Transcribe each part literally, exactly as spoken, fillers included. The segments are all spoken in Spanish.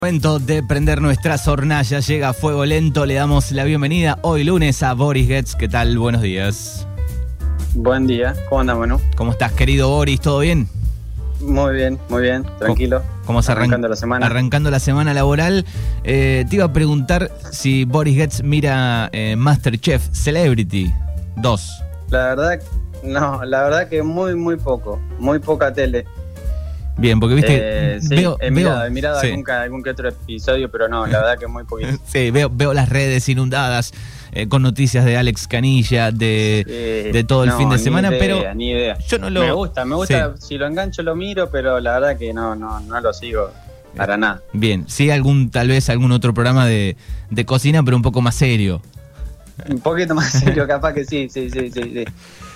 Momento de prender nuestras hornallas, llega a fuego lento, le damos la bienvenida hoy lunes a Boris Getz. ¿Qué tal? Buenos días. Buen día, ¿cómo andamos, no? ¿Cómo estás, querido Boris? ¿Todo bien? Muy bien, muy bien, tranquilo. ¿Cómo se arrancando la semana? Arrancando la semana laboral. Eh, te iba a preguntar si Boris Getz mira eh, MasterChef Celebrity dos. La verdad, no, la verdad que muy, muy poco, muy poca tele. Bien, porque viste, eh, sí, veo, he mirado, veo, he mirado sí. algún, algún que otro episodio, pero no, la verdad que muy poquito. Sí, veo, veo las redes inundadas eh, con noticias de Alex Canilla, de, Sí, de todo el no, fin de ni semana, idea, pero ni idea. yo no lo... Me gusta, me gusta, Sí. si lo engancho lo miro, pero la verdad que no, no, no lo sigo para nada. Bien, sí, algún, tal vez algún otro programa de, de cocina, pero un poco más serio. Un poquito más serio, capaz que sí, sí, sí, sí, sí.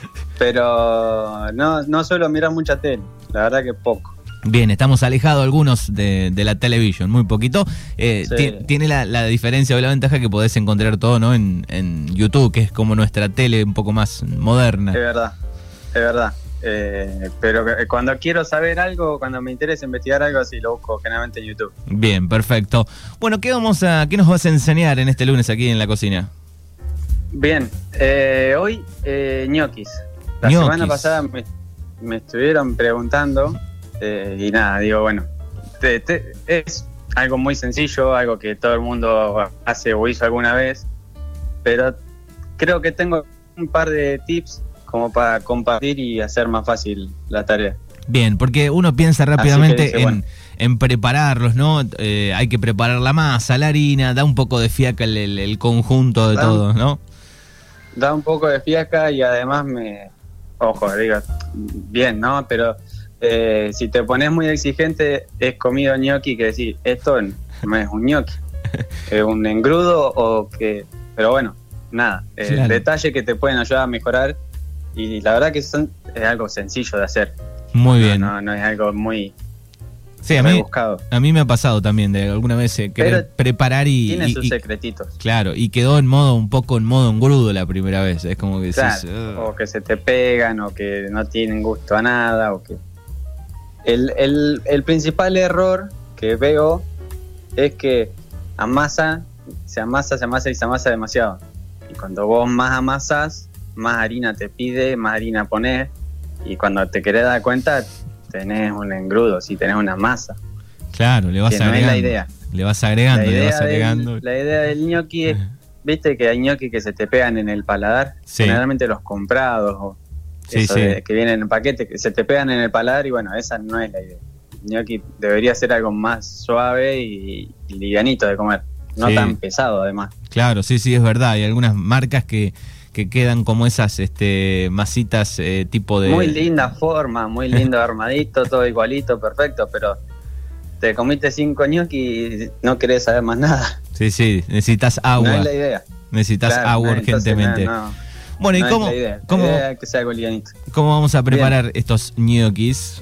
Pero no, no suelo mirar mucha tele, la verdad que poco. Bien, estamos alejados algunos de, de la televisión, muy poquito. Eh, Sí. ti- tiene la, la diferencia o la ventaja que podés encontrar todo, ¿no? En, en YouTube, que es como nuestra tele un poco más moderna. Es verdad, es verdad. Eh, pero que- cuando quiero saber algo, cuando me interesa investigar algo, así lo busco generalmente en YouTube. Bien, perfecto. Bueno, ¿qué vamos a, qué nos vas a enseñar en este lunes aquí en la cocina? Bien, eh, hoy eh, ñoquis. La Ñoquis. semana pasada me, me estuvieron preguntando eh, y nada, digo, bueno, te- te- es algo muy sencillo, algo que todo el mundo hace o hizo alguna vez, pero creo que tengo un par de tips como para compartir y hacer más fácil la tarea. Bien, porque uno piensa rápidamente dice, en, bueno. en prepararlos, ¿no? Eh, hay que preparar la masa, la harina, da un poco de fiaca el, el- el conjunto de Da- todo, ¿no? Da un poco de fiaca y además me... Ojo, digo, bien, ¿no? Pero eh, si te pones muy exigente, es comido ñoqui que decir, esto no es un ñoqui, es un engrudo o que... Pero bueno, nada, eh, Claro. detalles que te pueden ayudar a mejorar y la verdad que son, es algo sencillo de hacer. Muy No, bien. No, no es algo muy Sí, a mí, rebuscado. a mí me ha pasado también de alguna vez eh, querer Pero preparar y, Tiene y- sus y- secretitos. claro, y quedó en modo un poco en modo engrudo la primera vez. Es como que decís, Claro, "Ugh". o que se te pegan, o que no tienen gusto a nada, o que... El, el, el principal error que veo es que amasa, se amasa, se amasa y se amasa demasiado. Y cuando vos más amasas, más harina te pide, más harina pones, y cuando te querés dar cuenta, tenés un engrudo, si tenés una masa. Claro, le vas Que no es agregando. la idea. Le vas agregando, La le idea, vas agregando. del, la idea del ñoqui es, viste que hay ñoqui que se te pegan en el paladar, Sí. generalmente los comprados o Sí, eso sí. de- que vienen en paquete, que se te pegan en el paladar y bueno, esa no es la idea. El ñoqui debería ser algo más suave y, y livianito de comer, no Sí. tan pesado además. Claro, sí, sí, es verdad. Hay algunas marcas que, que quedan como esas este, masitas eh, tipo de... Muy linda forma, muy lindo armadito, todo igualito, perfecto, pero te comiste cinco ñoqui y no querés saber más nada. Sí, sí, necesitas No agua. es la idea. Necesitas Claro, agua no, entonces, urgentemente. no, no. Bueno, No ¿y es cómo, la idea. La cómo, idea es que sea algo livianito. cómo vamos a preparar estos ñoquis?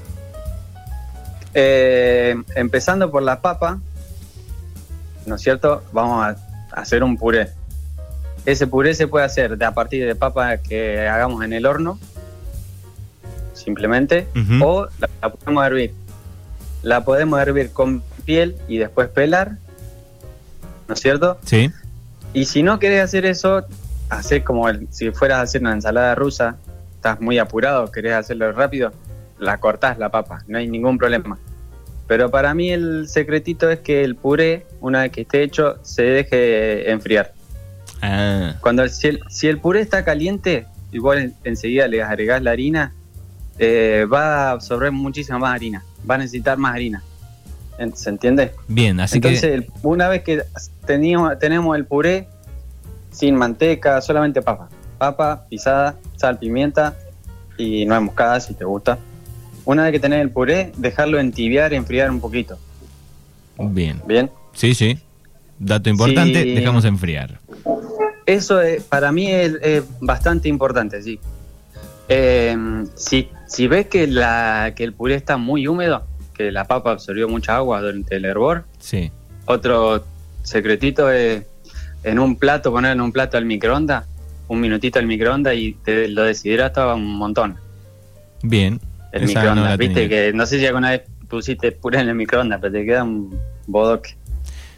Eh, empezando por la papa, ¿no es cierto? Vamos a hacer un puré. Ese puré se puede hacer de a partir de papa que hagamos en el horno, simplemente, Ujú. o la, la podemos hervir. La podemos hervir con piel y después pelar, ¿no es cierto? Sí. Y si no querés hacer eso, hacer como el, si fueras a hacer una ensalada rusa, estás muy apurado, querés hacerlo rápido, la cortás la papa, no hay ningún problema. Pero para mí el secretito es que el puré, una vez que esté hecho, se deje enfriar. Ah, Cuando el- si, el, si el puré está caliente, igual en- enseguida le agregás la harina, eh, va a absorber muchísima más harina, va a necesitar más harina. En- ¿Se entiende? bien, así Entonces, que... el- una vez que teníamos, tenemos el puré sin manteca, solamente papa. Papa, pisada, sal, pimienta y nuez moscada si te gusta. Una vez que tenés el puré, dejarlo entibiar, enfriar un poquito. Bien. ¿Bien? Sí, sí. Dato importante, Sí. dejamos enfriar. Eso es- para mí es, es bastante importante, sí. Eh, si, si ves que, la, que el puré está muy húmedo, que la papa absorbió mucha agua durante el hervor, Sí. otro secretito es en un plato, poner en un plato al microondas, un minutito al microondas y te lo deshidrata un montón. Bien. El Esa no microondas, la viste tenía. que no sé si alguna vez pusiste puré en el microondas, pero te queda un bodoque.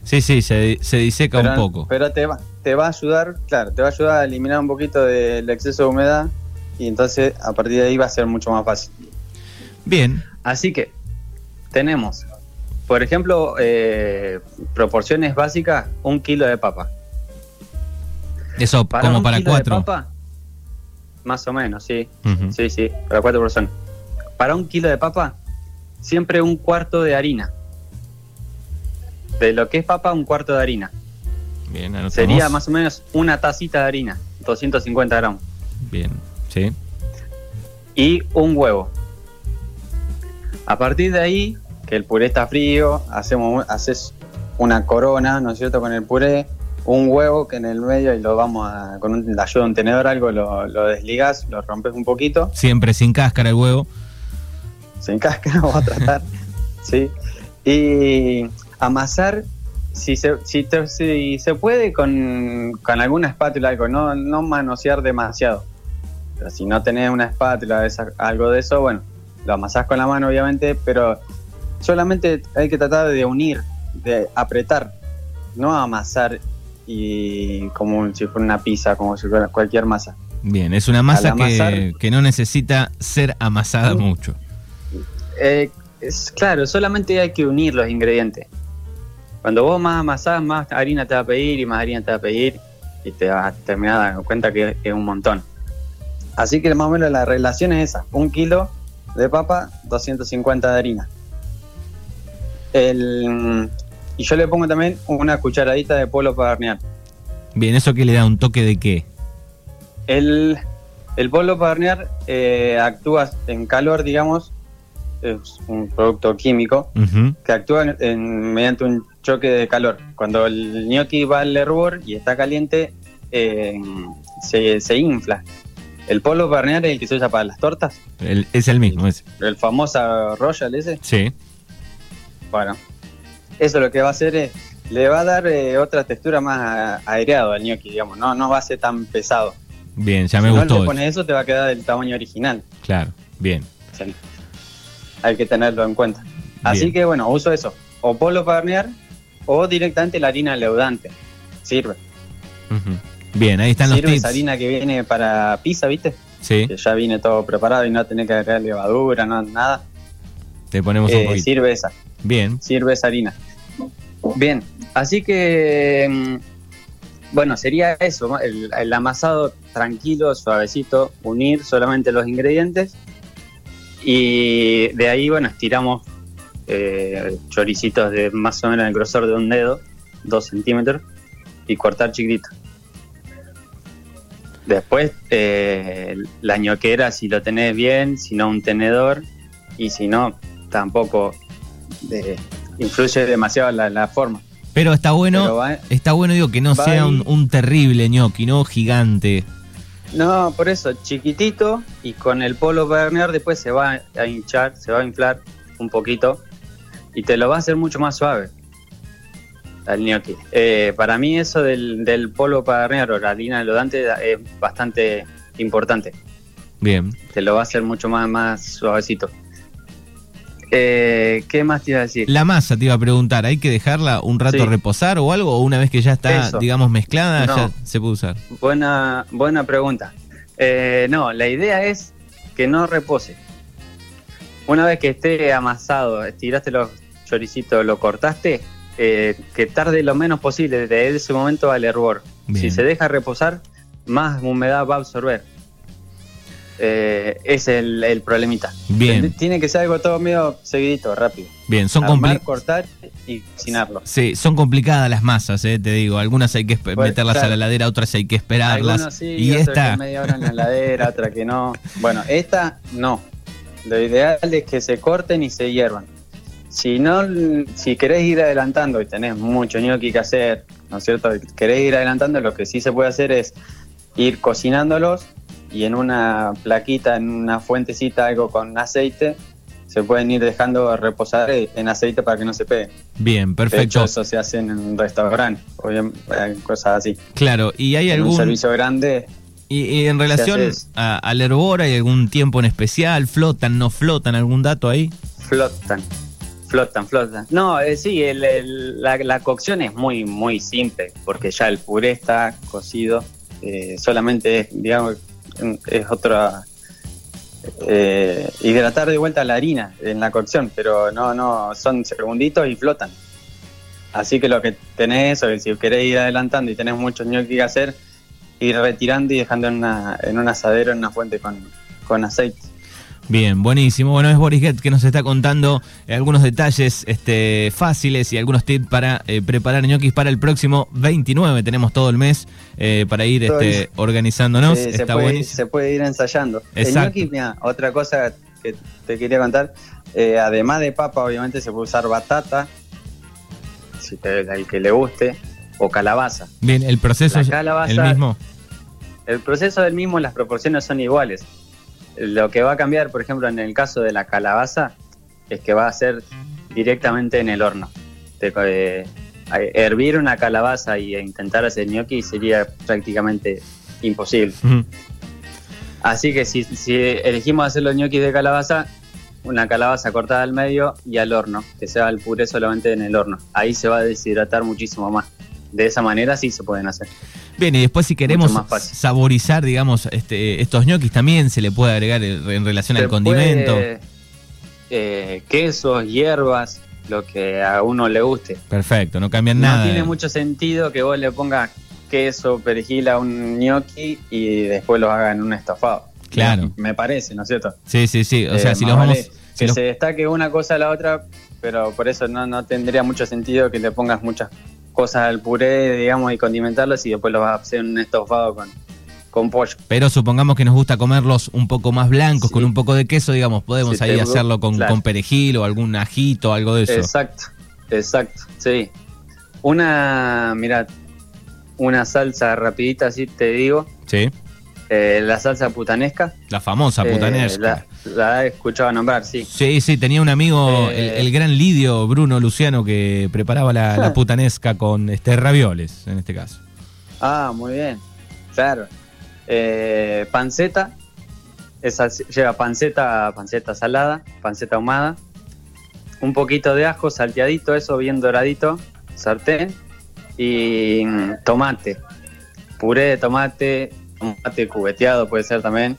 Sí, sí, se, se diseca pero, un poco. Pero te va, te va a ayudar, claro, te va a ayudar a eliminar un poquito del exceso de humedad y entonces a partir de ahí va a ser mucho más fácil. Bien. Así que tenemos, por ejemplo, eh, proporciones básicas, un kilo de papa. Eso Para como un para kilo cuatro. de papa, más o menos, sí. Uh-huh. Sí, sí, para cuatro personas. Para un kilo de papa, siempre un cuarto de harina. De lo que es papa, un cuarto de harina. Bien, anotamos. Sería más o menos una tacita de harina, doscientos cincuenta gramos. Bien, sí. Y un huevo. A partir de ahí, que el puré está frío, hacemos, haces una corona, ¿no es cierto?, con el puré, un huevo que en el medio y lo vamos a, con un, la ayuda de un tenedor, algo, lo, lo desligas, lo rompes un poquito. Siempre sin cáscara el huevo. Sin cáscara, vamos a tratar. Sí. Y amasar, si se, si te, si se puede, con, con alguna espátula, algo, no, no manosear demasiado. Pero si no tenés una espátula, esa, algo de eso, bueno, lo amasás con la mano, obviamente, pero solamente hay que tratar de unir, de apretar, no amasar y como si fuera una pizza, como si fuera cualquier masa. Bien, es una masa amasar, que, que no necesita ser amasada ¿sí? mucho. Eh, es claro, solamente hay que unir los ingredientes. Cuando vos más amasás, más harina te va a pedir y más harina te va a pedir y te vas a terminar dando cuenta que es un montón. Así que más o menos la relación es esa: un kilo de papa, doscientos cincuenta de harina. El, y yo le pongo también una cucharadita de polvo para hornear. Bien, ¿eso qué le da? ¿Un toque de qué? El, el polvo para hornear eh, actúa en calor, digamos, es un producto químico uh-huh. que actúa en, en, mediante un choque de calor. Cuando el gnocchi va al hervor y está caliente, eh, se, se infla. El polvo para hornear es el que se usa para las tortas. El, es el mismo, ese. El famoso Royal ese. Sí. Bueno, eso lo que va a hacer es, le va a dar eh, otra textura más aireado al gnocchi, digamos, no, no va a ser tan pesado. Bien, ya me si gustó. Si no le pones eso, te va a quedar del tamaño original. Claro, bien. O sea, hay que tenerlo en cuenta. Bien. Así que bueno, uso eso, o polvo para hornear, o directamente la harina leudante. Sirve. Uh-huh. Bien, ahí están Sirve los tips. Esa harina que viene para pizza, ¿viste? Sí. Que ya viene todo preparado y no tenés que agregar levadura, no, nada. Te ponemos eh, un poquito. Sirve esa. Bien. Sirve esa harina. Bien, así que, bueno, sería eso, el, el amasado tranquilo, suavecito, unir solamente los ingredientes y de ahí, bueno, estiramos eh, choricitos de más o menos el grosor de un dedo, dos centímetros, y cortar chiquitito. Después, eh, la ñoquera, si lo tenés bien, si no un tenedor, y si no, tampoco eh, influye demasiado la, la forma. Pero está bueno, Pero va, está bueno, digo, que no sea un, un terrible ñoqui, no gigante. No, por eso, chiquitito, y con el polvo para hornear después se va a hinchar, se va a inflar un poquito, y te lo va a hacer mucho más suave al gnocchi. Eh, para mí eso del, del polvo para hornear o la harina leudante es bastante importante. Bien. Te lo va a hacer mucho más, más suavecito. Eh, ¿Qué más te iba a decir? La masa te iba a preguntar, ¿hay que dejarla un rato sí. reposar o algo? ¿O una vez que ya está, Eso. digamos, mezclada, no. ya se puede usar? Buena, buena pregunta. Eh, no, la idea es que no repose. Una vez que esté amasado, estiraste los choricitos, lo cortaste, eh, que tarde lo menos posible desde ese momento al hervor. Bien. Si se deja reposar, más humedad va a absorber. Eh, ese es el, el problemita. Bien. Tiene que ser algo todo medio seguidito, rápido. Bien, son complicadas. complicadas. Cortar y cocinarlo. Sí, son complicadas las masas, eh, te digo. Algunas hay que esp- Bueno, meterlas claro. a la heladera, otras hay que esperarlas. Algunos sí, y otros esta. que media hora en la heladera, otra que no. Bueno, esta no. Lo ideal es que se corten y se hiervan. Si no, si querés ir adelantando y tenés mucho gnocchi que hacer, ¿no es cierto? Querés ir adelantando, lo que sí se puede hacer es ir cocinándolos y en una plaquita, en una fuentecita, algo con aceite, se pueden ir dejando reposar en aceite para que no se peguen. Bien, perfecto. De hecho, eso se hace en un restaurante, o bien, cosas así. Claro, y hay en algún... un servicio grande. Y, y en relación a, al hervor, ¿hay algún tiempo en especial? ¿Flotan, no flotan? ¿Algún dato ahí? Flotan. flotan, flotan. No, eh, sí, el, el, la, la cocción es muy, muy simple, porque ya el puré está cocido. Eh, solamente es, digamos, es otra... Eh, hidratar de vuelta la harina en la cocción, pero no, no, son segunditos y flotan. Así que lo que tenés, o que si querés ir adelantando y tenés muchos ñoquis que hacer, ir retirando y dejando en, una, en un asadero, en una fuente con, con aceite. Bien, buenísimo. Bueno, es Boris Getz que nos está contando eh, algunos detalles este, fáciles y algunos tips para eh, preparar ñoquis para el próximo veintinueve. Tenemos todo el mes eh, para ir este, organizándonos. Sí, está se, puede, buenísimo. se puede ir ensayando. Exacto. El ñoqui, mira, otra cosa que te quería contar, eh, además de papa, obviamente se puede usar batata, si te, al que le guste, o calabaza. Bien, el proceso es el mismo. El proceso es el mismo, las proporciones son iguales. Lo que va a cambiar, por ejemplo, en el caso de la calabaza, es que va a ser directamente en el horno. Te, eh, hervir una calabaza y intentar hacer ñoqui sería prácticamente imposible. Uh-huh. Así que si, si elegimos hacer los ñoquis de calabaza, una calabaza cortada al medio y al horno, que sea el puré solamente en el horno. Ahí se va a deshidratar muchísimo más. De esa manera sí se pueden hacer. Bien, y después si queremos saborizar, digamos, este, estos ñoquis también se le puede agregar en relación se al condimento. Puede, eh, quesos, hierbas, lo que a uno le guste. Perfecto, no cambian no nada. No tiene mucho sentido que vos le pongas queso, perejil a un ñoqui y después los hagas en un estofado. Claro. Me parece, ¿no es cierto? Sí, sí, sí. O sea, eh, si los vamos... Vale si que los... se destaque una cosa a la otra, pero por eso no, no tendría mucho sentido que le pongas muchas cosas al puré, digamos, y condimentarlos y después los vas a hacer en un estofado con, con pollo. Pero supongamos que nos gusta comerlos un poco más blancos, sí, con un poco de queso, digamos, podemos sí, ahí hacerlo con, claro, con perejil o algún ajito, algo de eso. Exacto, exacto, sí. Una, mirá, una salsa rapidita, así te digo. Sí. Eh, la salsa putanesca. La famosa putanesca. Eh, la, la he escuchado nombrar, sí. Sí, sí, tenía un amigo, eh, el, el gran Lidio Bruno Luciano, que preparaba la, la putanesca con este ravioles, en este caso. Ah, muy bien, claro. Eh, panceta, esa lleva panceta, panceta salada, panceta ahumada, un poquito de ajo salteadito, eso bien doradito, sartén, y tomate, puré de tomate, tomate cubeteado puede ser también.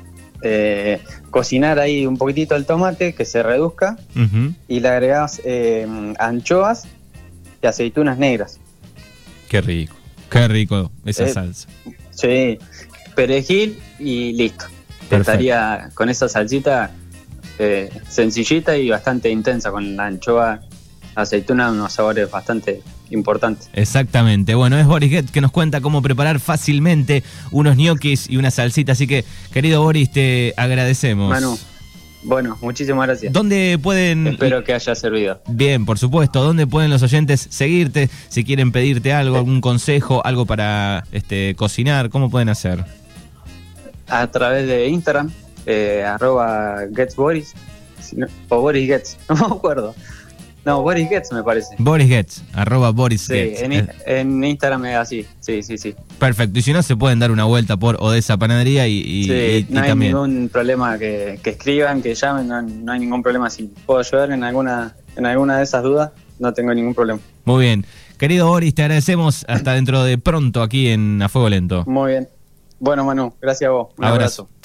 Eh, cocinar ahí un poquitito el tomate, que se reduzca, uh-huh, y le agregás eh, anchoas y aceitunas negras. Qué rico, qué rico esa eh, salsa. Sí, perejil y listo. Estaría con esa salsita eh, sencillita y bastante intensa, con la anchoa, aceituna, unos sabores bastante importantes. Exactamente. Bueno, es Boris Getz que nos cuenta cómo preparar fácilmente unos ñoquis y una salsita. Así que, querido Boris, te agradecemos. Manu, bueno, muchísimas gracias. ¿Dónde pueden...? Espero que haya servido. Bien, por supuesto. ¿Dónde pueden los oyentes seguirte? Si quieren pedirte algo, algún consejo, algo para este, cocinar, ¿cómo pueden hacer? A través de Instagram, eh, arroba GetzBoris, o Boris Getz, no me acuerdo. No, Boris Getz me parece. Boris Getz, arroba Boris sí, Getz. En, en Instagram es así, sí, sí, sí. Perfecto, y si no se pueden dar una vuelta por Odessa Panadería y, y, sí, y, no y hay también. ningún problema que, que escriban, que llamen, no, no hay ningún problema. Si puedo ayudar en alguna, en alguna de esas dudas, no tengo ningún problema. Muy bien. Querido Boris, te agradecemos hasta dentro de pronto aquí en A Fuego Lento. Muy bien. Bueno, Manu, gracias a vos. Un abrazo. abrazo.